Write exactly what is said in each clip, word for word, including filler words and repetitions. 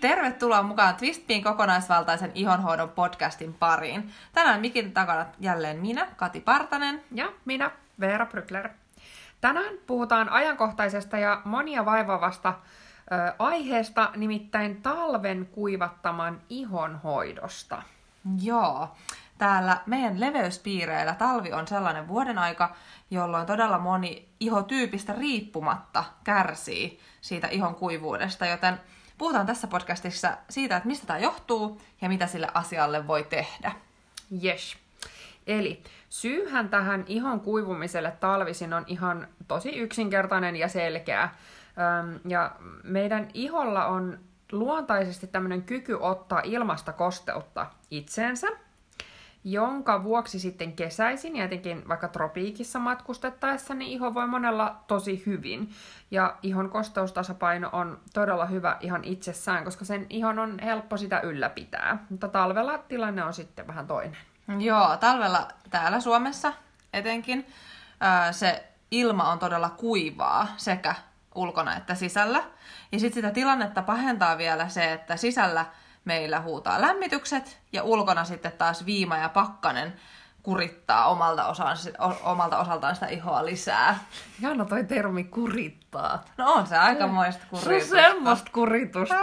Tervetuloa mukaan Twistpiin kokonaisvaltaisen ihonhoidon podcastin pariin. Tänään mikin takana jälleen minä, Kati Partanen. Ja minä, Veera Brykler. Tänään puhutaan ajankohtaisesta ja monia vaivaavasta ö, aiheesta, nimittäin talven kuivattaman ihonhoidosta. Joo. Täällä meidän leveyspiireillä talvi on sellainen vuoden aika, jolloin todella moni ihotyypistä riippumatta kärsii siitä ihon kuivuudesta, joten puhutaan tässä podcastissa siitä, että mistä tämä johtuu ja mitä sille asialle voi tehdä. Yes. Eli syyhän tähän ihon kuivumiselle talvisin on ihan tosi yksinkertainen ja selkeä. Ja meidän iholla on luontaisesti tämmöinen kyky ottaa ilmasta kosteutta itseensä, jonka vuoksi sitten kesäisin, ja etenkin vaikka tropiikissa matkustettaessa, niin iho voi monella tosi hyvin. Ja ihon kosteustasapaino on todella hyvä ihan itsessään, koska sen ihon on helppo sitä ylläpitää. Mutta talvella tilanne on sitten vähän toinen. Joo, talvella täällä Suomessa etenkin se ilma on todella kuivaa sekä ulkona että sisällä. Ja sitten sitä tilannetta pahentaa vielä se, että sisällä meillä huutaa lämmitykset ja ulkona sitten taas viima ja pakkanen kurittaa omalta, osaan, omalta osaltaan sitä ihoa lisää. Jana toi termi kurittaa. No on se aikamoista kuritusta. Se on semmoista kuritusta.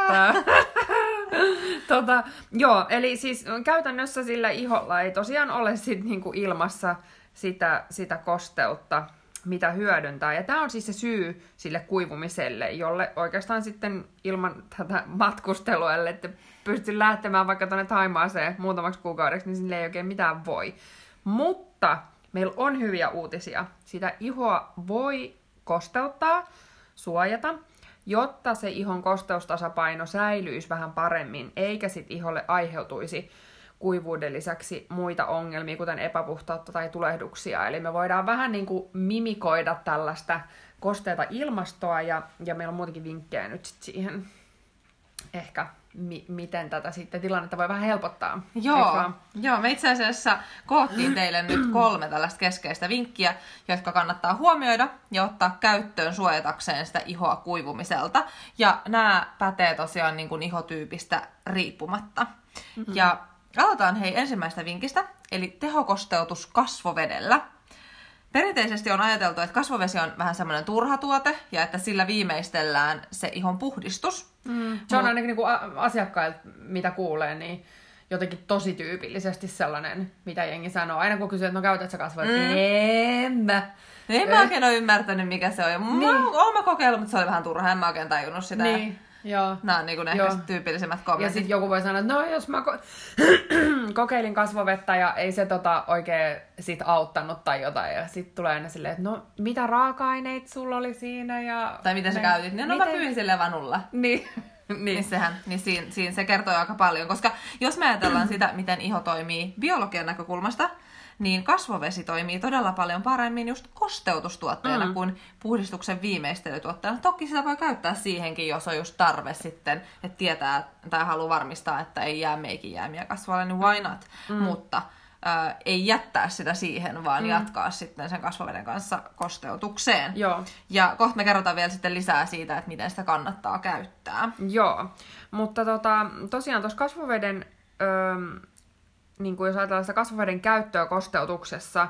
tota, joo, eli siis käytännössä sillä iholla ei tosiaan ole sit niinku ilmassa sitä, sitä kosteutta, mitä hyödyntää. Ja tämä on siis se syy sille kuivumiselle, jolle oikeastaan sitten ilman tätä matkustelua, ellei te pysty lähtemään vaikka tuonne Thaimaaseen muutamaksi kuukaudeksi, niin sille ei oikein mitään voi. Mutta meillä on hyviä uutisia. Sitä ihoa voi kosteuttaa, suojata, jotta se ihon kosteustasapaino säilyisi vähän paremmin, eikä sit iholle aiheutuisi kuivuuden lisäksi muita ongelmia, kuten epäpuhtautta tai tulehduksia. Eli me voidaan vähän niin kuin mimikoida tällaista kosteata ilmastoa, ja, ja meillä on muutenkin vinkkejä nyt sit siihen ehkä, mi- miten tätä sitten tilannetta voi vähän helpottaa. Joo, joo, me itse asiassa koottiin teille nyt kolme tällaista keskeistä vinkkiä, jotka kannattaa huomioida ja ottaa käyttöön suojatakseen sitä ihoa kuivumiselta. Ja nämä pätee tosiaan niin kuin ihotyypistä riippumatta. Mm-hmm. Ja aloitetaan hei ensimmäistä vinkistä, eli tehokosteutus kasvovedellä. Perinteisesti on ajateltu, että kasvovesi on vähän semmoinen turha tuote, ja että sillä viimeistellään se ihon puhdistus. Mm. Se on ainakin niinku asiakkailta, mitä kuulee, niin jotenkin tosi tyypillisesti sellainen, mitä jengi sanoo. Aina kun kysyy, että no käytät sä kasvoja, mm. en mä. En mä oikein ole ymmärtänyt, mikä se on. Ja niin. Mä oon mä kokeillut, mutta se oli vähän turha, en mä oikein tajunnut sitä. Niin. Joo. Nämä on niin ehkä tyypillisimmät kommentit. Ja sitten joku voi sanoa, että no jos mä ko- kokeilin kasvovettä ja ei se tota oikein sit auttanut tai jotain. Ja sitten tulee aina silleen, että no mitä raaka-aineita sulla oli siinä? Ja tai miten sä me... käytit? No, no mä pyin silleen vanulla. Niin. niin. niin, sehän, niin siinä, siinä se kertoo aika paljon. Koska jos me ajatellaan sitä, miten iho toimii biologian näkökulmasta, niin kasvovesi toimii todella paljon paremmin just kosteutustuotteena mm. kuin puhdistuksen viimeistelytuotteena. Toki sitä voi käyttää siihenkin, jos on just tarve sitten, että tietää tai haluaa varmistaa, että ei jää meikin jäämiä kasvoille, niin why not? Mm. Mutta äh, ei jättää sitä siihen, vaan mm. jatkaa sitten sen kasvoveden kanssa kosteutukseen. Joo. Ja kohta me kerrotaan vielä sitten lisää siitä, että miten sitä kannattaa käyttää. Joo, mutta tota, tosiaan tuossa kasvoveden... Öö... niin kuin jos ajatellaan sitä kasvoveden käyttöä kosteutuksessa,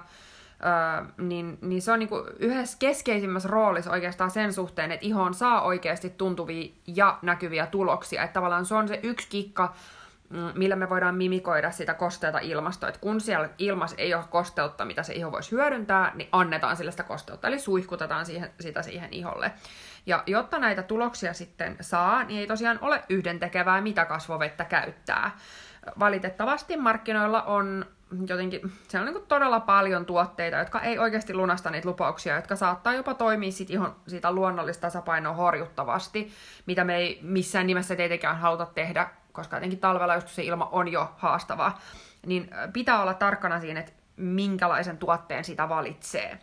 öö, niin, niin se on niin kuin yhdessä keskeisimmässä roolissa oikeastaan sen suhteen, että ihoon saa oikeasti tuntuvia ja näkyviä tuloksia. Että tavallaan se on se yksi kikka, millä me voidaan mimikoida sitä kosteata ilmastoa. Että kun siellä ilmassa ei ole kosteutta, mitä se iho voisi hyödyntää, niin annetaan sille sitä kosteutta, eli suihkutetaan siihen, sitä siihen iholle. Ja jotta näitä tuloksia sitten saa, niin ei tosiaan ole yhdentekevää, mitä kasvovettä käyttää. Valitettavasti markkinoilla on jotenkin, siellä on niin kuin todella paljon tuotteita, jotka ei oikeasti lunasta niitä lupauksia, jotka saattaa jopa toimia sit ihan siitä luonnollista tasapainoa horjuttavasti, mitä me ei missään nimessä tietenkään haluta tehdä, koska jotenkin talvella just se ilma on jo haastavaa. Niin pitää olla tarkkana siinä, että minkälaisen tuotteen sitä valitsee.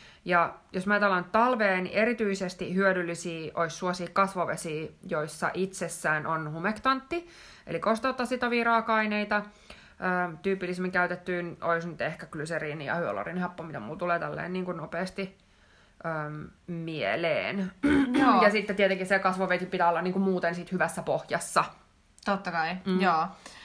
Ja jos me ajatellaan talveen, niin erityisesti hyödyllisiä olisi suosia kasvovesiä, joissa itsessään on humektantti, eli kosteutta sitovia raaka-aineita. Tyypillisemmin käytettyyn olisi nyt ehkä glyseriini ja hyaluronihappo, mitä mulla tulee tälleen niin kuin nopeasti äm, mieleen. Ja sitten tietenkin se kasvovesi pitää olla niin kuin muuten sit hyvässä pohjassa. Totta kai, mm. joo.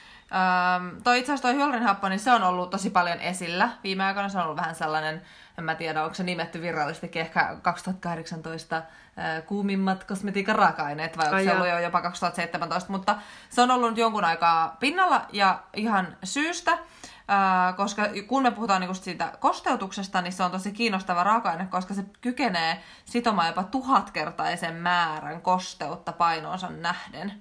Ähm, toi itse asiassa toi hyaluronihappo, niin se on ollut tosi paljon esillä viime aikoina. Se on ollut vähän sellainen, en mä tiedä, onko se nimetty virallisestikin ehkä kaksituhattakahdeksantoista äh, kuumimmat kosmetiikan raaka-aineet, vai onko Ai se ollut jo jopa kaksituhattaseitsemäntoista, mutta se on ollut jonkun aikaa pinnalla ja ihan syystä. Äh, koska kun me puhutaan niinku siitä kosteutuksesta, niin se on tosi kiinnostava raaka-aine, koska se kykenee sitomaan jopa tuhatkertaisen määrän kosteutta painoonsa nähden.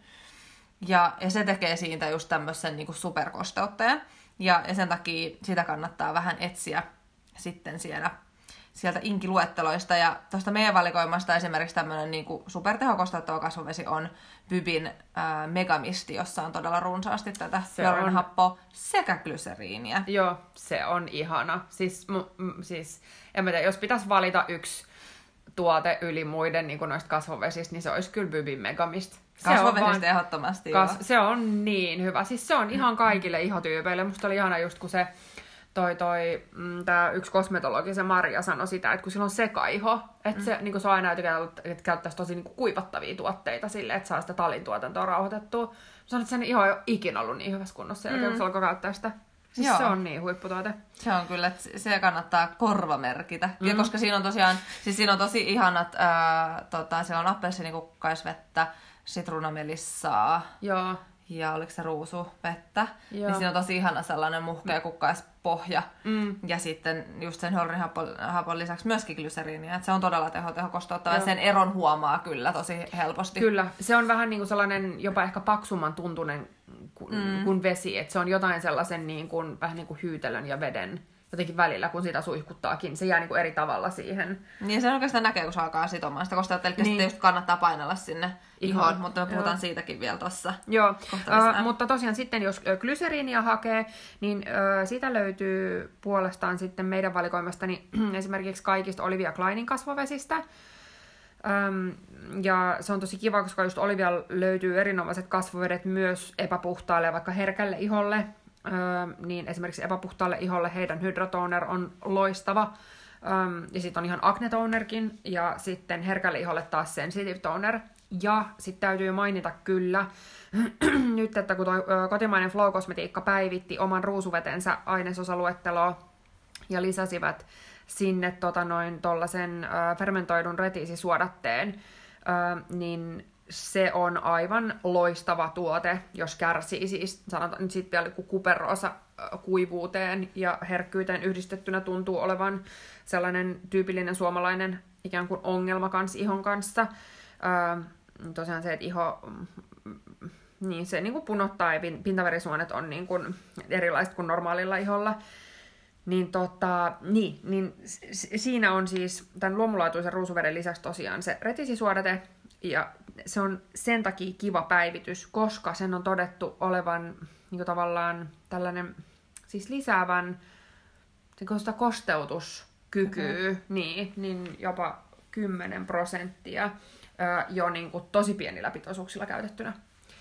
Ja, ja se tekee siitä just tämmöisen niinku superkosteuttajan. Ja, ja sen takia sitä kannattaa vähän etsiä sitten siellä, sieltä inkiluetteloista. Ja tuosta meidän valikoimasta esimerkiksi tämmöinen niinku supertehokosteuttava kasvovesi on Bybin ää, Megamisti, jossa on todella runsaasti tätä hyaluronihappoa sekä glyseriiniä. Joo, se on ihana. Siis, mu, m, siis en mä tiedä, jos pitäisi valita yksi tuote yli muiden niin kuin noista kasvovesistä, niin se olisi kyllä Bybin Megamist. Kasvovesistä ehdottomasti, kas, Se on niin hyvä. Siis se on ihan kaikille ihotyypeille. Musta oli ihana just, kun se toi, toi mm, tää yksi kosmetologi, se Maria, sanoi sitä, että kun sillä on sekaiho, että mm. se, niin se on aina jotenkin, että käyttäisi tosi niin kuin kuivattavia tuotteita silleen, että saa sitä talin tuotantoa rauhoitettua. Mä sanoin, että sen iho ei ole ikinä ollut niin hyvässä kunnossa, mm. kun se alkoi käyttää sitä. Siis se on niin huipputuote. Se on kyllä, että se kannattaa korvamerkitä. Mm. Ja koska siinä on tosiaan, siis siinä on tosi ihanat, ää, tota, siellä on appelsiinikukkasvettä, sitruunamelissaa. Joo. Ja oliko se ruusuvettä, niin siinä on tosi ihana sellainen muhkea kukkaispohja. Mm. Ja sitten just sen hyaluronihapon lisäksi myöskin glyseriiniä. Että se on todella teho, tehokosteuttava ja sen eron huomaa kyllä tosi helposti. Kyllä, se on vähän niin kuin sellainen jopa ehkä paksumman tuntunen kuin, mm. kuin vesi. Että se on jotain sellaisen niin kuin, vähän niin kuin hyytelön ja veden jotenkin välillä, kun sitä suihkuttaakin. Se jää niin kuin eri tavalla siihen. Niin se oikeastaan näkee, kun se alkaa sitomaan sitä kosteutta. Eli niin. Sitten just kannattaa painella sinne ihoon, mutta me puhutaan Joo. siitäkin vielä tuossa. Joo, uh, mutta tosiaan sitten jos glyseriinia hakee, niin uh, sitä löytyy puolestaan sitten meidän valikoimastani esimerkiksi kaikista Olivia Kleinin kasvovesistä. Um, ja se on tosi kiva, koska just Olivia löytyy erinomaiset kasvovedet myös epäpuhtaalle ja vaikka herkälle iholle. Öö, niin esimerkiksi epäpuhtaalle iholle heidän Hydra-toner on loistava. Öö, ja sitten on ihan Acne Tonerkin. Ja sitten herkälle iholle taas Sensitive Toner. Ja sitten täytyy mainita kyllä nyt, että kun toi ö, kotimainen Flow Kosmetiikka päivitti oman ruusuvetensä ainesosaluetteloa ja lisäsivät sinne tota noin tollasen ö, fermentoidun retiisisuodatteen, ö, niin se on aivan loistava tuote, jos kärsii siis, sanotaan nyt sitten vielä kuperoosa kuivuuteen ja herkkyyteen yhdistettynä tuntuu olevan sellainen tyypillinen suomalainen ikään kuin ongelma kans ihon kanssa. Öö, tosiaan se, että iho, niin se niin kuin punottaa ja pintaverisuonet on niin kuin erilaiset kuin normaalilla iholla. Niin, tota, niin, niin siinä on siis tämän luomulaatuisen ruusuveden lisäksi tosiaan se retiisisuodate. Ja se on sen takia kiva päivitys, koska sen on todettu olevan niin kuin tavallaan tällainen, siis lisäävän niin sitä kosteutuskykyä, okay. niin, niin jopa kymmenen prosenttia jo niin kuin tosi pienillä pitoisuuksilla käytettynä.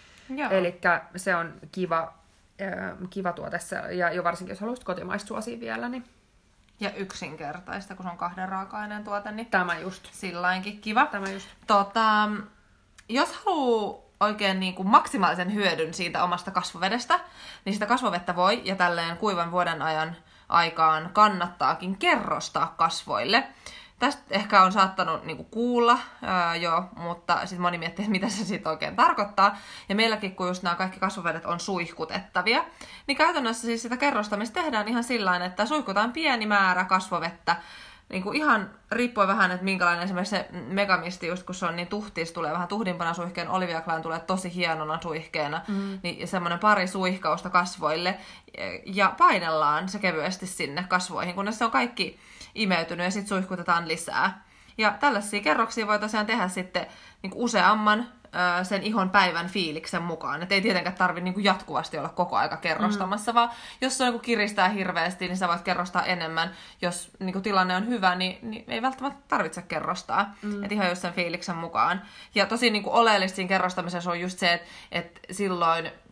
Eli se on kiva, kiva tuote, ja jo varsinkin jos haluaisit kotimaista suosia vielä, niin ja yksinkertaista, kun se on kahden raaka-aineen tuote, niin tämä just. Sillainkin kiva. Tämä just. Tota, jos haluaa oikein niin kuin maksimaalisen hyödyn siitä omasta kasvovedestä, niin sitä kasvovettä voi ja tälleen kuivan vuoden ajan aikaan kannattaakin kerrostaa kasvoille. Tästä ehkä on saattanut niinku kuulla ää, jo, mutta sitten moni miettii, että mitä se sitten oikein tarkoittaa. Ja meilläkin, kun just nämä kaikki kasvovedet on suihkutettavia, niin käytännössä siis sitä kerrostamista tehdään ihan sillain, että suihkutaan pieni määrä kasvovettä. Niinku ihan riippuen vähän, että minkälainen esimerkiksi se Megamisti, just kun se on niin tuhtis, tulee vähän tuhdimpana suihkeen, Olivia Klein tulee tosi hienona suihkeena, mm. niin semmoinen pari suihkausta kasvoille ja painellaan se kevyesti sinne kasvoihin, kunnes se on kaikki imeytynyt ja sitten suihkutetaan lisää. Ja tällaisia kerroksia voi tosiaan tehdä sitten niin kuin useamman ö, sen ihon päivän fiiliksen mukaan. Et ei tietenkään tarvitse niin kuin jatkuvasti olla koko aika kerrostamassa, mm. vaan jos se on, niin kuin kiristää hirveästi, niin sä voit kerrostaa enemmän. Jos niin kuin tilanne on hyvä, niin, niin ei välttämättä tarvitse kerrostaa. Mm. Et ihan just sen fiiliksen mukaan. Ja tosi niin kuin oleellista siinä kerrostamisessa on just se, että, että silloin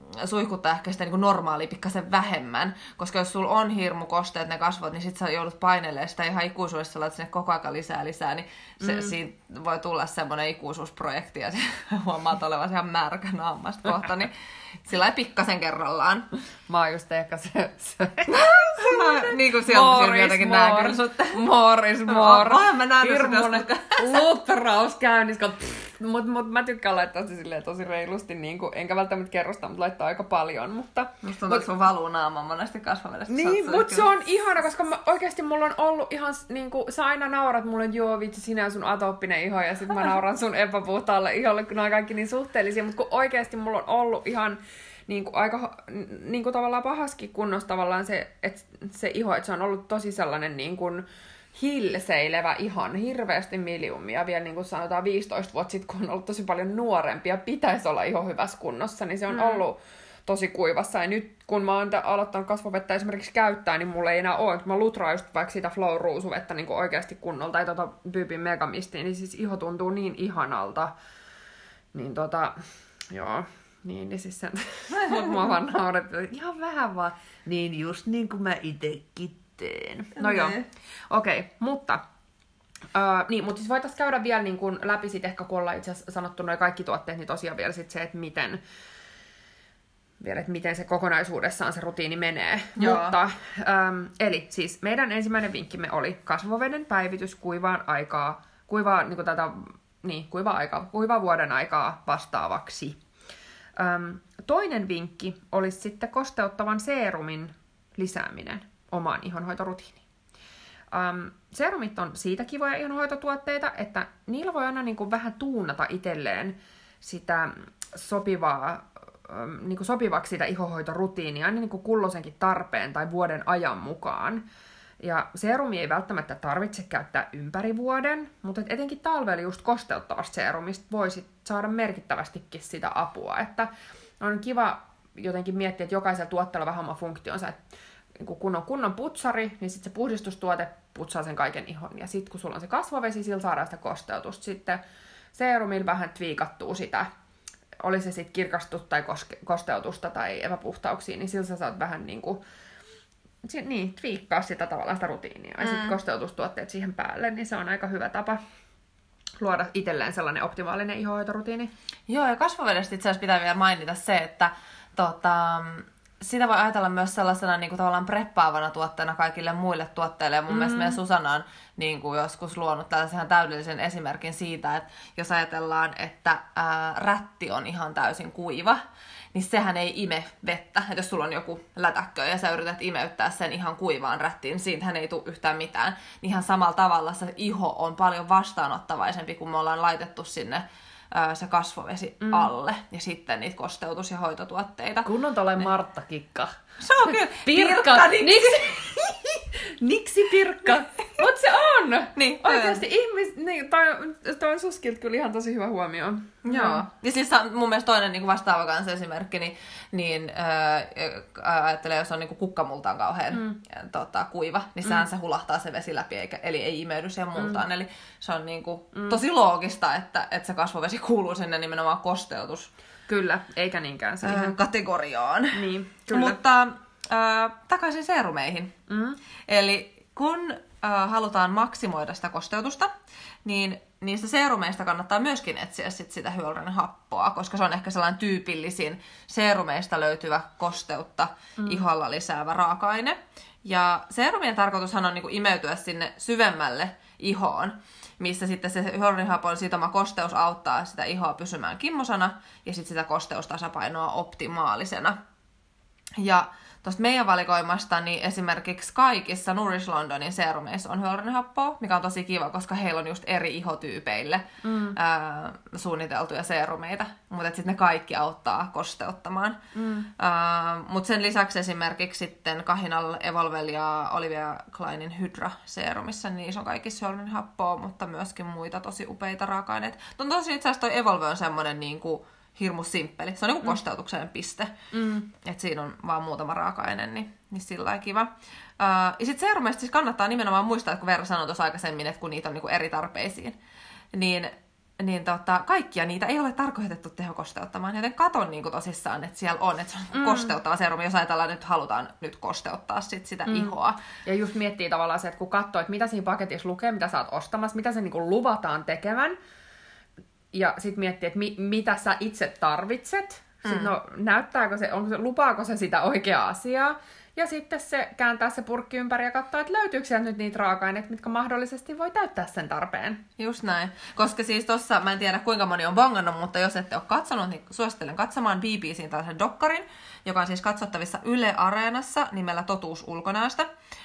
suihkuttaa ehkä sitä niin normaalia pikkasen vähemmän, koska jos sulla on hirmu kosteet ne kasvot, niin sit sä joudut painelemaan sitä ihan ikuisuudessa, laitat sinne koko ajan lisää lisää, niin se, mm. siinä voi tulla semmoinen ikuisuusprojekti ja huomaat olevan ihan märkä naamasta kohta, niin sillä ei pikkasen kerrallaan. Mä oon just ehkä se... se. Mä, niin kuin sieltä jotenkin näen sut. Morris, Morris. Oon mä nähnyt sitä. Luutteraus käynnissä. Mutta mut, mä tykkään laittaa se silleen tosi reilusti, niin kuin, enkä välttämättä kerrosta, mutta laittaa aika paljon. Mutta, musta tuntuu, että sun valuu naamaan monesti kasvavedessä. Niin, mutta se on ihana, koska mä, oikeasti mulla on ollut ihan, niin kuin, sä aina naurat mulle, että joo vitsi, sinä ja sun atooppinen iho, ja sit mä nauran sun epäpuhtaalle iholle, kun ne on kaikki niin suhteellisia, mutta kun oikeasti mulla on ollut ihan niin kuin, aika niin kuin, tavallaan pahaskin kunnossa tavallaan se, että se iho, että se on ollut tosi sellainen niin kuin, hilseilevä ihan hirveästi miliumia vielä niin kuin sanotaan viisitoista vuotta sitten, kun on ollut tosi paljon nuorempia, pitäisi olla iho hyvässä kunnossa, niin se on mm. ollut tosi kuivassa. Ja nyt kun mä oon aloittanut kasvovettä esimerkiksi käyttää, niin mulla ei enää ole. Mä lutraan just vaikka sitä Flow ruusuvettä niin kuin oikeasti kunnolla tai tota Bybin Megamistia, niin siis iho tuntuu niin ihanalta. Niin tota, joo, niin, niin siis sen, mut mua vaan naurettu, ihan vähän vaan, niin just niin kuin mä itekin teen. No joo, okei, okay, mutta öö, niin, mutta siis voitaisiin käydä vielä niin kuin läpi sit ehkä, kun ollaan itse asiassa sanottu noin kaikki tuotteet, niin tosiaan vielä sit se, että miten, vielä, että miten se kokonaisuudessaan se rutiini menee. Joo. Mutta, ähm, eli siis meidän ensimmäinen vinkkimme oli kasvoveden päivitys kuivaan aikaa, kuivaa, niin kuin tätä, niin, kuivaa aikaa, kuivaa vuoden aikaa vastaavaksi. Ähm, toinen vinkki olisi sitten kosteuttavan seerumin lisääminen omaan ihonhoitorutiiniin. Um, serumit on siitä kivoja ihonhoitotuotteita, että niillä voi aina niin kuin vähän tuunata itselleen sitä sopivaa, um, niin kuin sopivaksi sitä ihonhoitorutiinia, aina niin kuin kulloisenkin tarpeen tai vuoden ajan mukaan. Ja serumia ei välttämättä tarvitse käyttää ympäri vuoden, mutta etenkin talvella just kosteuttavasta serumista voisi saada merkittävästikin sitä apua. Että on kiva jotenkin miettiä, että jokaisella tuotteella on vähän oma funktionsa, että kun on kunnon putsari, niin sitten se puhdistustuote putsaa sen kaiken ihon. Ja sitten kun sulla on se kasvovesi, sillä saadaan sitä kosteutusta. Sitten serumilla vähän twiikattuu sitä, oli se sitten kirkastutta tai koske- kosteutusta tai epäpuhtauksia, niin sillä sä saat vähän niin kuin, niin, twiikkaa sitä tavallaan sitä rutiinia. Ja sitten mm. kosteutustuotteet siihen päälle, niin se on aika hyvä tapa luoda itselleen sellainen optimaalinen ihonhoitorutiini. Joo, ja kasvovedestä itse asiassa pitää vielä mainita se, että tota, sitä voi ajatella myös sellaisena niin kuin tavallaan preppaavana tuotteena kaikille muille tuotteille. Ja mun mm-hmm. mielestä meidän Susanna on niin kuin joskus luonut tällaisen ihan täydellisen esimerkin siitä, että jos ajatellaan, että ää, rätti on ihan täysin kuiva, niin sehän ei ime vettä. Että jos sulla on joku lätäkkö ja sä yrität imeyttää sen ihan kuivaan rättiin, niin siitähän ei tule yhtään mitään. Niin ihan samalla tavalla se iho on paljon vastaanottavaisempi, kun me ollaan laitettu sinne se kasvovesi mm. alle ja sitten niitä kosteutus- ja hoitotuotteita. Kun on tällainen Martta-kikka. Se on kyllä. Pirkka. Pirkka niksi. Niksi Pirkka? Mut se on! Niin, oikeasti ihmis... Niin, toi, toi on suskilta kyllä ihan tosi hyvä huomio. Joo. Mm. Ja siis mun mielestä toinen niin vastaava kanssa esimerkki, niin, niin äh, ajattelee, jos on niin kukkamultaan kauhean mm. tota, kuiva, niin sehän mm. se hulahtaa se vesi läpi, eikä, eli ei imeydy siihen multaan. Mm. Eli se on niin kuin, mm. tosi loogista, että, että se kasvovesi kuuluu sinne nimenomaan kosteutus. Kyllä, eikä niinkään siihen äh, kategoriaan. Niin, kyllä. Mutta äh, takaisin serumeihin. Mm. Eli kun äh, halutaan maksimoida sitä kosteutusta, niin niistä serumeista kannattaa myöskin etsiä sit sitä hyaluronihappoa, koska se on ehkä sellainen tyypillisin serumeista löytyvä kosteutta mm. iholla lisäävä raaka-aine. Ja serumien tarkoitushan on niinku imeytyä sinne syvemmälle ihoon, missä sitten se hyaluronihapon sitoma kosteus auttaa sitä ihoa pysymään kimmosana ja sitten sitä kosteustasapainoa optimaalisena. Ja tuosta meidän valikoimasta, niin esimerkiksi kaikissa Nourish Londonin serumeissa on hyaluronihappoa, mikä on tosi kiva, koska heillä on just eri ihotyypeille mm. ää, suunniteltuja serumeita. Mutta sitten ne kaikki auttaa kosteuttamaan. Mm. Mutta sen lisäksi esimerkiksi sitten Kahinal, Evolvel ja Olivia Kleinin Hydra-serumissa, niin niissä on kaikissa hyaluronihappoa, mutta myöskin muita tosi upeita raaka-aineita. No tosi itse asiassa toi Evolve on semmoinen niinku hirmu simppeli. Se on niinku kosteutuksen piste. Mm. Että siinä on vaan muutama raaka-aine, niin, niin sillä lailla kiva. Uh, ja sitten serumeista siis kannattaa nimenomaan muistaa, että kun Veera sanoi tuossa aikaisemmin, että kun niitä on niinku eri tarpeisiin, niin niin tota, kaikkia niitä ei ole tarkoitettu tehokosteuttamaan, joten katon niin kuin tosissaan, että siellä on, että se on mm. kosteuttava serumi, jos ajatellaan, että nyt halutaan nyt kosteuttaa sit sitä mm. ihoa. Ja just miettii tavallaan se, että kun katsoo, että mitä siinä paketissa lukee, mitä sä oot ostamassa, mitä se niin kuin luvataan tekevän, ja sitten miettii, että mi- mitä sä itse tarvitset, sitten mm. no näyttääkö se, onko se, lupaako se sitä oikeaa asiaa, ja sitten se kääntää se purkki ympäri ja katsoo, että löytyykö sieltä nyt niitä raaka-aineita, mitkä mahdollisesti voi täyttää sen tarpeen. Just näin. Koska siis tossa, mä en tiedä kuinka moni on bongannut, mutta jos ette ole katsonut, niin suosittelen katsomaan B B C:n tällaisen dokkarin, joka on siis katsottavissa Yle Areenassa nimellä Totuus ulkonäöstä.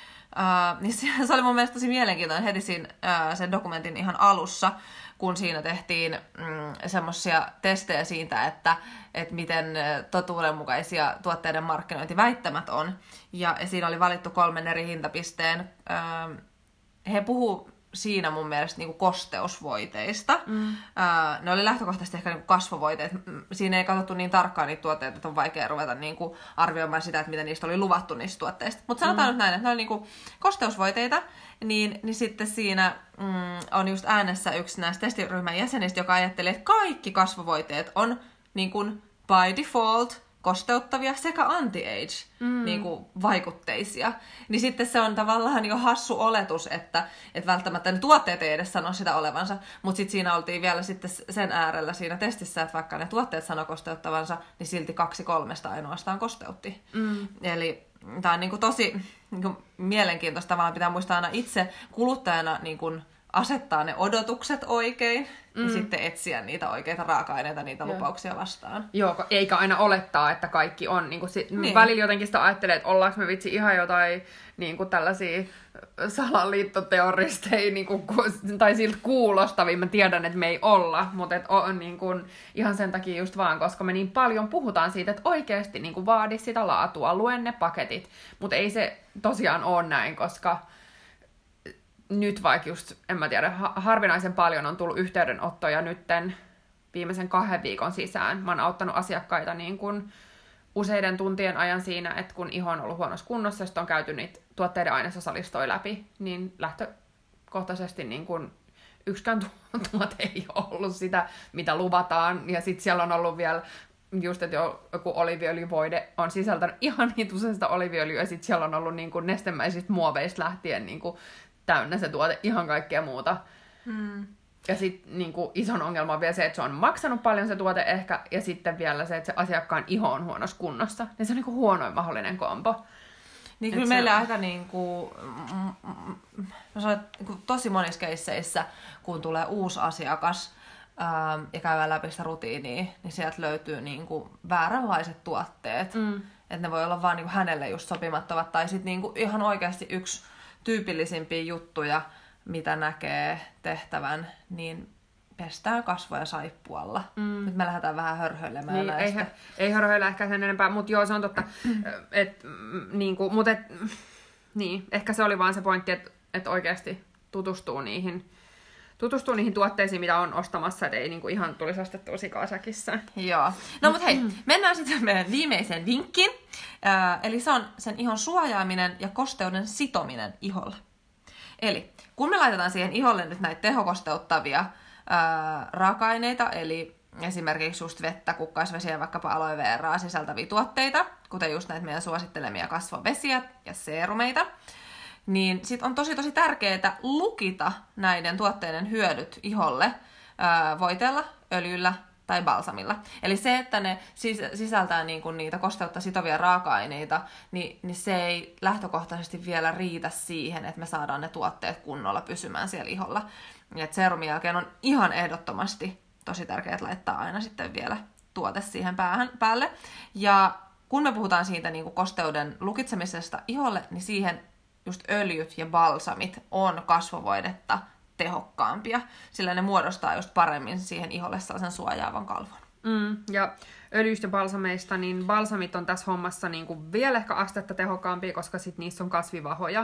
Uh, niin se oli mun mielestä tosi mielenkiintoinen heti siinä, uh, sen dokumentin ihan alussa, kun siinä tehtiin mm, semmoisia testejä siitä, että, että miten totuudenmukaisia tuotteiden markkinointiväittämät on. Ja, ja siinä oli valittu kolmen eri hintapisteen. Uh, he puhuu siinä mun mielestä niin kuin kosteusvoiteista. Mm. Ää, ne oli lähtökohtaisesti ehkä niin kuin kasvovoiteet. Siinä ei katsottu niin tarkkaan niitä tuotteita, että on vaikea ruveta niin kuin arvioimaan sitä, että mitä niistä oli luvattu niistä tuotteista. Mutta sanotaan mm. nyt näin, että ne oli niin kuin kosteusvoiteita, niin, niin sitten siinä mm, on just äänessä yksi näistä testiryhmän jäsenistä, joka ajatteli, että kaikki kasvovoiteet on niin kuin by default kosteuttavia sekä anti-age mm. niin kuin vaikutteisia. Niin sitten se on tavallaan jo hassu oletus, että, että välttämättä ne tuotteet ei edes sano sitä olevansa, mutta sitten siinä oltiin vielä sitten sen äärellä siinä testissä, että vaikka ne tuotteet sano kosteuttavansa, niin silti kaksi kolmesta ainoastaan kosteutti. Mm. Eli tämä on niin kuin tosi niin kuin mielenkiintoista, tavallaan pitää muistaa aina itse kuluttajana niin kuin asettaa ne odotukset oikein mm. ja sitten etsiä niitä oikeita raaka-aineita, niitä Joo. lupauksia vastaan. Joo, eikä aina olettaa, että kaikki on. Niin kuin si- niin. Välillä jotenkin sitä ajattelee, että ollaanko me vitsi ihan jotain niin kuin tällaisia salaliittoteoristeja, niin kuin, tai siltä kuulostavia. Mä tiedän, että me ei olla, mutta et on, niin kuin, ihan sen takia just vaan, koska me niin paljon puhutaan siitä, että oikeasti niin kuin vaadi sitä laatua, luen ne paketit. Mutta ei se tosiaan ole näin, koska nyt vaikka just, en mä tiedä, harvinaisen paljon on tullut yhteydenottoja nytten viimeisen kahden viikon sisään. Mä oon auttanut asiakkaita niin kuin useiden tuntien ajan siinä, että kun iho on ollut huonossa kunnossa, ja on käyty niitä tuotteiden ainesosalistoja läpi, niin lähtökohtaisesti niin kuin yksikään tuote ei ole ollut sitä, mitä luvataan. Ja sitten siellä on ollut vielä just, että joku oliiviöljyvoide on sisältänyt ihan hituisesta oliiviöljyä, ja sitten siellä on ollut niin kuin nestemäisistä muoveista lähtien niin kuin täynnä se tuote, ihan kaikkea muuta. Hmm. Ja sitten niinku, ison ongelma on vielä se, että se on maksanut paljon se tuote ehkä, ja sitten vielä se, että se asiakkaan iho on huonossa kunnossa. Ja se on niinku huonoin mahdollinen kombo. Niin kyllä meillä on aika niinku, mä sanon, niinku, tosi monissa keisseissä, kun tulee uusi asiakas ää, ja käydään läpi sitä rutiinia, niin sieltä löytyy niinku vääränlaiset tuotteet. Mm. Että ne voi olla vaan niinku hänelle just sopimattomat, tai sitten niinku ihan oikeasti yksi tyypillisimpiä juttuja, mitä näkee tehtävän, niin pestään kasvoja saippualla. Mm. Nyt me lähdetään vähän hörhöilemään niin, näistä. Ei, ei hörhöillä ehkä sen enempää, mutta joo, se on totta. et, niinku, mut et, niin, ehkä se oli vaan se pointti, että et oikeasti tutustuu niihin, tutustuu niihin tuotteisiin, mitä on ostamassa, et ei niinku ihan tulisi ostettua sikasäkissä. Joo. No mut hei, mennään sitten meidän viimeiseen vinkkiin. Äh, eli se on sen ihon suojaaminen ja kosteuden sitominen iholle. Eli kun me laitetaan siihen iholle nyt näitä tehokosteuttavia ää, raaka-aineita, eli esimerkiksi just vettä, kukkaisvesiä ja vaikkapa aloe veraa sisältäviä tuotteita, kuten just näitä meidän suosittelemia kasvovesiä ja seerumeita, niin sit on tosi tosi tärkeää lukita näiden tuotteiden hyödyt iholle ää, voiteella, öljyllä tai balsamilla. Eli se, että ne sisältää niinku niitä kosteutta sitovia raaka-aineita, niin, niin se ei lähtökohtaisesti vielä riitä siihen, että me saadaan ne tuotteet kunnolla pysymään siellä iholla. Et serumin jälkeen on ihan ehdottomasti tosi tärkeää laittaa aina sitten vielä tuote siihen päähän, päälle. Ja kun me puhutaan siitä niinku kosteuden lukitsemisesta iholle, niin siihen just öljyt ja balsamit on kasvovoidetta tehokkaampia, sillä ne muodostaa just paremmin siihen iholle sellaisen suojaavan kalvon. Mm, ja öljyistä ja balsameista, niin balsamit on tässä hommassa niin kuin vielä ehkä astetta tehokkaampia, koska sit niissä on kasvivahoja,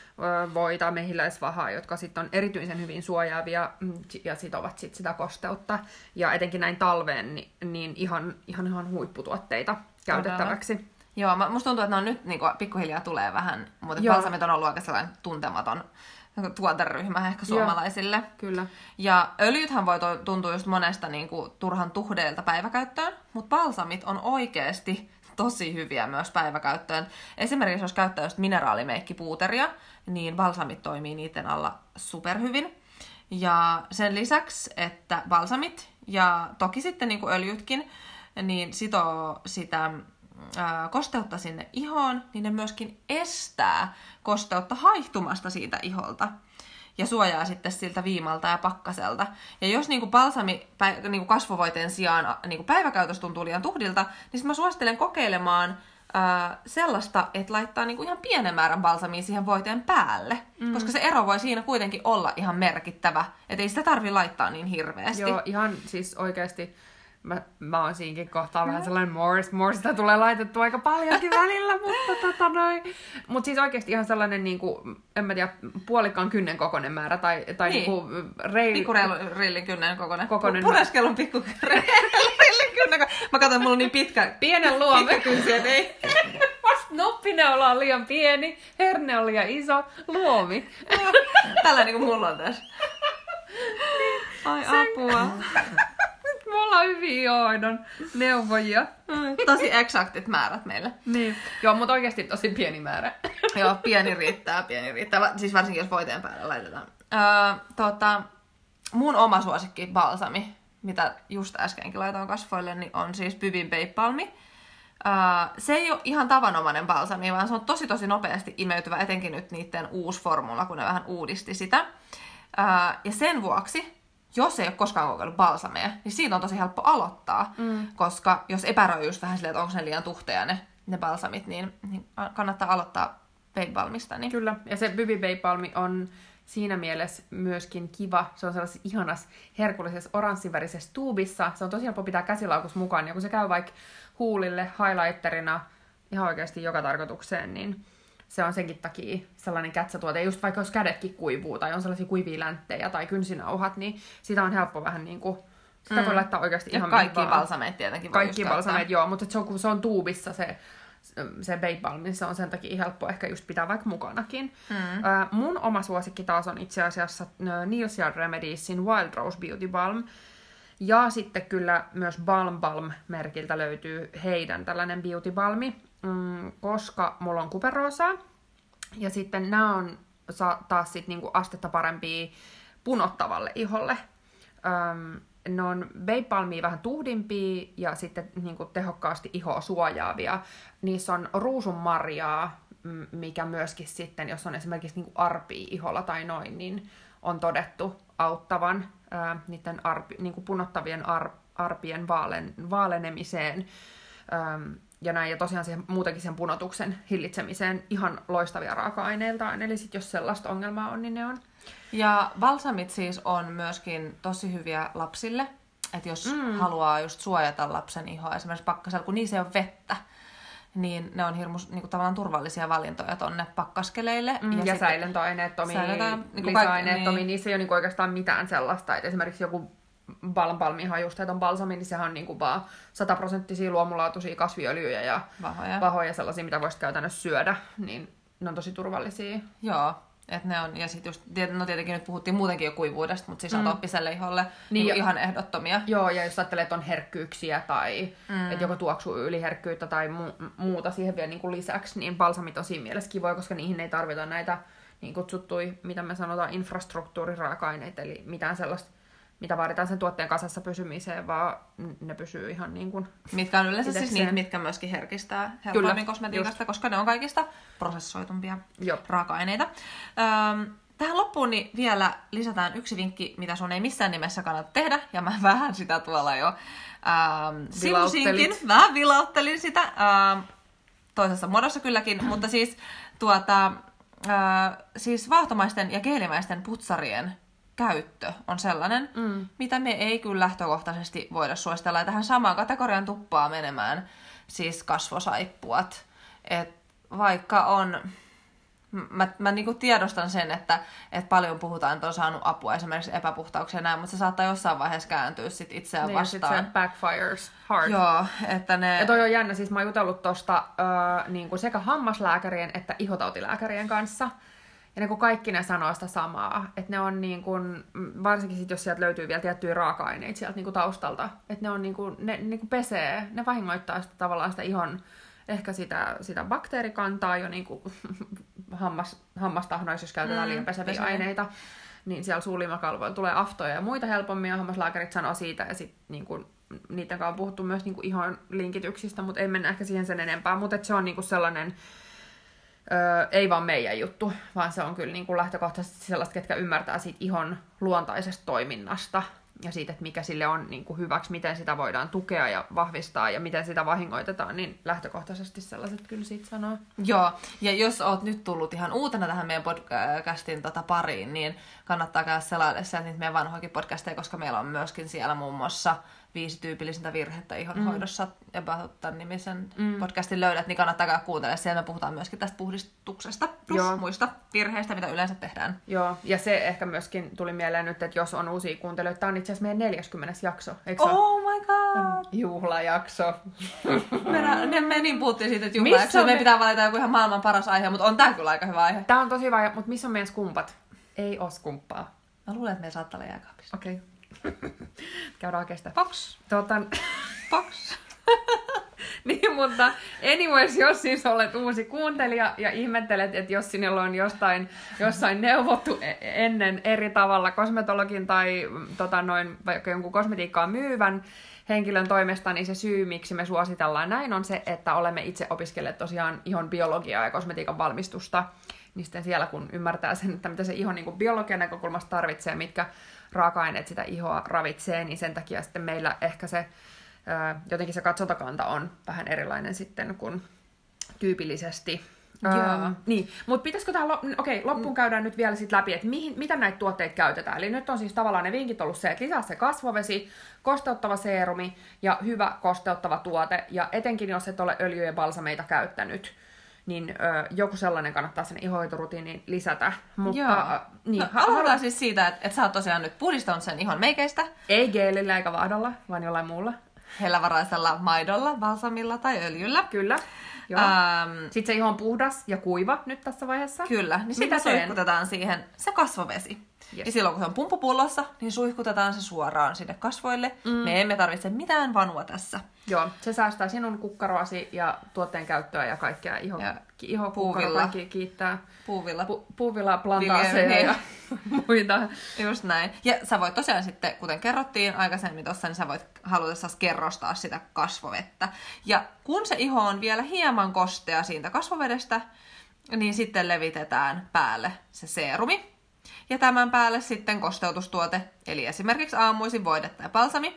voita, mehiläisvahaa, jotka sitten on erityisen hyvin suojaavia ja sitovat sit sitä kosteutta. Ja etenkin näin talveen, niin, niin ihan, ihan, ihan huipputuotteita käytettäväksi. Todella. Joo, musta tuntuu, että ne on nyt niin kuin, pikkuhiljaa tulee vähän, mutta balsamit on ollut aika sellainen tuntematon tuoteryhmä ehkä suomalaisille. Joo, kyllä. Ja öljythän voi to- tuntua just monesta niin kuin, turhan tuhdeilta päiväkäyttöön, mutta balsamit on oikeasti tosi hyviä myös päiväkäyttöön. Esimerkiksi jos käyttää just mineraalimeikkipuuteria, niin balsamit toimii niiden alla superhyvin. Ja sen lisäksi, että balsamit ja toki sitten niin kuin öljytkin, niin sitoo sitä ää, kosteutta sinne ihoon, niin ne myöskin estää kosteutta haihtumasta siitä iholta. Ja suojaa sitten siltä viimalta ja pakkaselta. Ja jos niinku balsami päi, niinku kasvovoiteen sijaan niinku päiväkäytössä tuntuu liian tuhdilta, niin sitten mä suosittelen kokeilemaan ää, sellaista, että laittaa niinku ihan pienen määrän balsamia siihen voiteen päälle. Mm. Koska se ero voi siinä kuitenkin olla ihan merkittävä. Että ei sitä tarvitse laittaa niin hirveästi. Joo, ihan siis oikeasti. Mä, mä oon siinkin kohtaa vähän sellainen Morse. Morsesta tulee laitettu aika paljonkin välillä, mutta tota noin. Mut siis oikeesti ihan sellainen niinku, en mä tiedä, puolikkaan kynnen kokoinen määrä tai, tai niin. niinku reil... Pikkurillin kynnen kokoinen. kokoinen. Pureskelun pikkurillin kynnen kokoinen. Mä katson, mulla on niin pitkä. Pienen luomi. Pitkakynsi, et ei. Noppineula on liian pieni, herne on liian iso, luomi. Tällä niinku mulla on tässä. Ai apua. Me ollaan hyviä hoidon neuvojia. Tosi eksaktit määrät meille. Niin. Joo, mutta oikeasti tosi pieni määrä. Joo, pieni riittää, pieni riittää. Siis varsinkin jos voiteen päälle laitetaan. Öö, tota, mun oma suosikki balsami, mitä just äskenkin laitoin kasvoille, niin on siis Bybin Babe Balmi. Öö, se ei ole ihan tavanomainen balsami, vaan se on tosi tosi nopeasti imeytyvä, etenkin nyt niiden uusi formula, kun ne vähän uudisti sitä. Öö, ja sen vuoksi, jos ei ole koskaan kokeillut balsameja, niin siitä on tosi helppo aloittaa, mm. koska jos epäröi just vähän silleen, että onko ne liian tuhteja ne, ne balsamit, niin, niin kannattaa aloittaa Babe Balmista. Niin. Kyllä, ja se Bybi Babe Balmi on siinä mielessä myöskin kiva. Se on sellaisessa ihanas herkullisessa oranssivärisessä tuubissa. Se on tosi helppo pitää käsilaukussa mukaan, ja kun se käy vaikka huulille highlighterina ihan oikeasti joka tarkoitukseen, niin se on senkin takia sellainen kätsätuote. Just vaikka jos kädetkin kuivuu tai on sellaisia kuivia länttejä tai kynsinauhat, niin sitä on helppo vähän niin kuin, sitä mm. voi laittaa oikeasti ja ihan kaikki balsameet tietenkin voi Kaikki balsameet, joo, mutta se on, kun se on tuubissa se, se Babe Balm, niin se on sen takia helppo ehkä just pitää vaikka mukanakin. Mm. Äh, mun oma suosikki taas on itse asiassa Niels Yard Remediesin Wild Rose Beauty Balm. Ja sitten kyllä myös Balm Balm-merkiltä löytyy heidän tällainen beauty balmi, mm, koska mulla on kuperoosaa. Ja sitten nämä on taas sit niinku astetta parempia punottavalle iholle. Öm, ne on Babe Balmia vähän tuhdimpia ja sitten niinku tehokkaasti ihoa suojaavia. Niissä on ruusunmarjaa, mikä myöskin sitten, jos on esimerkiksi niinku arpia iholla tai noin, niin on todettu auttavan ää, niiden arpi, niinku punottavien ar, arpien vaalen, vaalenemiseen. Ähm, ja näin, ja tosiaan siihen, muutenkin sen punotuksen hillitsemiseen ihan loistavia raaka-aineiltaan. Eli sit jos sellaista ongelmaa on, niin ne on. Ja balsamit siis on myöskin tosi hyviä lapsille. Että jos mm. haluaa just suojata lapsen ihoa esimerkiksi pakkasella, kun niissä ei ole vettä, niin ne on hirmus niin kuin tavallaan turvallisia valintoja tonne pakkaskeleille. Mm, ja ja säilöntäaineettomia, niin lisäaineettomia, niin. Niissä ei ole niin oikeastaan mitään sellaista. Että esimerkiksi joku Balm Balmin hajusteeton balsami, niin sehän on niin kuin vaan sataprosenttisia luomulaatuisia kasviöljyjä ja vahoja. vahoja sellaisia, mitä voisit käytännössä syödä, niin ne on tosi turvallisia. Joo. Että ne on, ja sit just, no tietenkin nyt puhuttiin muutenkin jo kuivuudesta, mutta siis mm. atooppiselle iholle niin, niin ja, ihan ehdottomia. Joo, ja jos ajattelee, että on herkkyyksiä tai mm. että joko tuoksuu yliherkkyyttä tai mu- muuta siihen vielä niin kuin lisäksi, niin balsamit on siinä mielessä kivoja, koska niihin ei tarvita näitä niin kutsuttuja, mitä me sanotaan, infrastruktuuriraaka-aineita, eli mitään sellaista, mitä vaaditaan sen tuotteen kasassa pysymiseen, vaan ne pysyy ihan niin kuin mitkä on yleensä siis niitä, mitkä myöskin herkistää helpommin kosmetiikasta, just. Koska ne on kaikista prosessoitumpia Jop. raaka-aineita. Öm, tähän loppuun niin vielä lisätään yksi vinkki, mitä sun ei missään nimessä kannata tehdä, ja mä vähän sitä tuolla jo ähm, sivusinkin. Vähän vilauttelin sitä, ähm, toisessa muodossa kylläkin, mutta siis, tuota, äh, siis vaahtomaisten ja geelimäisten putsarien käyttö on sellainen, mm. mitä me ei kyllä lähtökohtaisesti voida suositella. Ja tähän samaan kategorian tuppaa menemään siis kasvosaippuat. Et vaikka on, mä, mä niinku tiedostan sen, että et paljon puhutaan, että on saanut apua esimerkiksi epäpuhtauksia ja näin, mutta se saattaa jossain vaiheessa kääntyä sit itseään niin, vastaan. Niin, sit se backfires hard. Joo, että ne... Ja toi on jännä, siis mä oon jutellut tosta äh, niinku sekä hammaslääkärien että ihotautilääkärien kanssa. Ja ne, kun kaikki ne sanoo sitä samaa. Että ne on niin kuin, varsinkin sit, jos sieltä löytyy vielä tiettyjä raaka-aineita sieltä niin kuin taustalta. Että ne on niin kuin, ne niin kuin pesee, ne vahingoittaa sitä tavallaan sitä ihon, ehkä sitä, sitä bakteerikantaa jo niin kuin hammas, hammastahnoissa, jos käytetään mm, liian peseviä peseviä aineita. Niin siellä suulimakalvoilla tulee aftoja ja muita helpommin, ja hammaslääkärit sanoo siitä, ja sitten niin kuin, niiden kanssa on puhuttu myös niin kuin ihon linkityksistä, mutta ei mennä ehkä siihen sen enempää, mutta se on niin kuin sellainen, öö, ei vaan meidän juttu, vaan se on kyllä niin kuin lähtökohtaisesti sellaista, ketkä ymmärtää siitä ihon luontaisesta toiminnasta, ja siitä, että mikä sille on niin kuin hyväksi, miten sitä voidaan tukea ja vahvistaa, ja miten sitä vahingoitetaan, niin lähtökohtaisesti sellaiset kyllä siitä sanoo. Joo, ja jos oot nyt tullut ihan uutena tähän meidän podcastin tota pariin, niin kannattaa käydä selaille sieltä niitä meidän vanhoikin podcasteja, koska meillä on myöskin siellä muun muassa viisi tyypillisintä virhettä ihonhoidossa, mm. About tämän nimisen mm. podcastin löydät, niin kannattaa käydä kuuntelemaan. Siellä me puhutaan myöskin tästä puhdistuksesta plus Joo. muista virheistä, mitä yleensä tehdään. Joo, ja se ehkä myöskin tuli mieleen nyt, että jos on uusia kuuntelijoita, tämä on itse asiassa meidän neljäskymmenes jakso, eikö se Oh my god! Juhlajakso. me, me, me niin puhuttiin siitä, että juhlajakso, me... meidän pitää valita joku ihan maailman paras aihe, mutta on tää kyllä aika hyvä aihe. Tää on tosi hyvä, mutta missä on meidän skumpat? Ei oo skumppaa. Mä luulen, että meillä saattaa olla jääkaapissa. Okei. Okay. Käydään oikeastaan. Box. Tuotan... Box. Niin, mutta anyways, jos siis olet uusi kuuntelija ja ihmettelet, että jos sinulla on jostain, jossain neuvottu ennen eri tavalla kosmetologin tai tota, noin, vaikka jonkun kosmetiikkaa myyvän henkilön toimesta, niin se syy, miksi me suositellaan näin, on se, että olemme itse opiskelleet tosiaan ihon biologiaa ja kosmetiikan valmistusta. Niin sitten siellä, kun ymmärtää sen, että mitä se iho niin kuin biologian näkökulmasta tarvitsee, mitkä raaka-aineet sitä ihoa ravitsee, niin sen takia sitten meillä ehkä se, jotenkin se katsontakanta on vähän erilainen sitten kuin tyypillisesti. Joo. Uh, niin, mutta pitäisikö tähän, okei, okay, loppuun käydään nyt vielä sit läpi, että mihin, mitä näitä tuotteita käytetään. Eli nyt on siis tavallaan ne vinkit ollut se, että lisää se kasvovesi, kosteuttava seerumi ja hyvä kosteuttava tuote. Ja etenkin jos et ole öljyjä ja balsameita käyttänyt, niin ö, joku sellainen kannattaa sen ihohoitorutiiniin lisätä. Mutta, Joo. Niin, no, aloitetaan siis siitä, että, että sä oot tosiaan nyt puhdistanut sen ihon meikeistä. Ei geelillä eikä vahdolla, vaan jollain muulla. Hellävaraisella maidolla, balsamilla tai öljyllä. Kyllä. Joo. Ähm, Sitten se iho on puhdas ja kuiva nyt tässä vaiheessa. Kyllä. Niin sitä suihkutetaan siihen se kasvovesi. Yes. Ja silloin kun se on pumppupullossa, niin suihkutetaan se suoraan sinne kasvoille. Mm. Me emme tarvitse mitään vanua tässä. Joo, se säästää sinun kukkaroasi ja tuotteen käyttöä ja kaikkea iho, ja iho puuvilla kiittää. Puuvilla. Pu, puuvilla plantaaseja ja muita. Just näin. Ja sä voit tosiaan sitten, kuten kerrottiin aikaisemmin tuossa, niin sä voit halutessasi kerrostaa sitä kasvovettä. Ja kun se iho on vielä hieman kostea siitä kasvovedestä, niin sitten levitetään päälle se seerumi. Ja tämän päälle sitten kosteutustuote, eli esimerkiksi aamuisin voide tai balsami.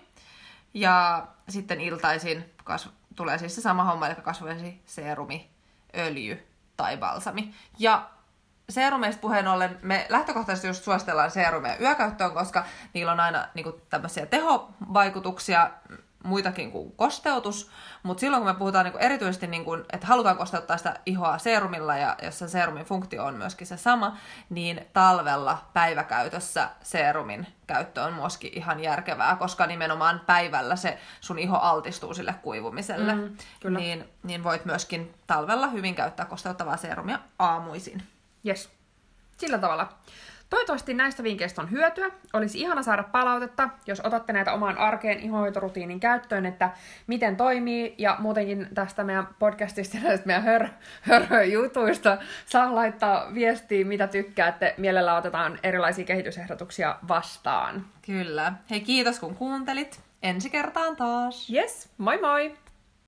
Ja sitten iltaisin kasv- tulee siis se sama homma, eli kasvovesi, seerumi, öljy tai balsami. Ja seerumeista puheen ollen me lähtökohtaisesti just suositellaan seerumeja yökäyttöön, koska niillä on aina niin kuin, tämmöisiä tehovaikutuksia, muitakin kuin kosteutus, mutta silloin kun me puhutaan niin kuin erityisesti, niin kuin, että halutaan kosteuttaa sitä ihoa seerumilla ja jos se seerumin funktio on myöskin se sama, niin talvella päiväkäytössä seerumin käyttö on myöskin ihan järkevää, koska nimenomaan päivällä se sun iho altistuu sille kuivumiselle, mm, kyllä. Niin, niin voit myöskin talvella hyvin käyttää kosteuttavaa seerumia aamuisin. Yes, sillä tavalla. Toivottavasti näistä vinkkeistä on hyötyä. Olisi ihana saada palautetta, jos otatte näitä omaan arkeen ihohoitorutiinin käyttöön, että miten toimii. Ja muutenkin tästä meidän podcastista ja näistä meidän hör, hörhöjutuista saa laittaa viestiä, mitä tykkäätte. Mielellä otetaan erilaisia kehitysehdotuksia vastaan. Kyllä. Hei, kiitos kun kuuntelit. Ensi kertaan taas. Yes, moi moi!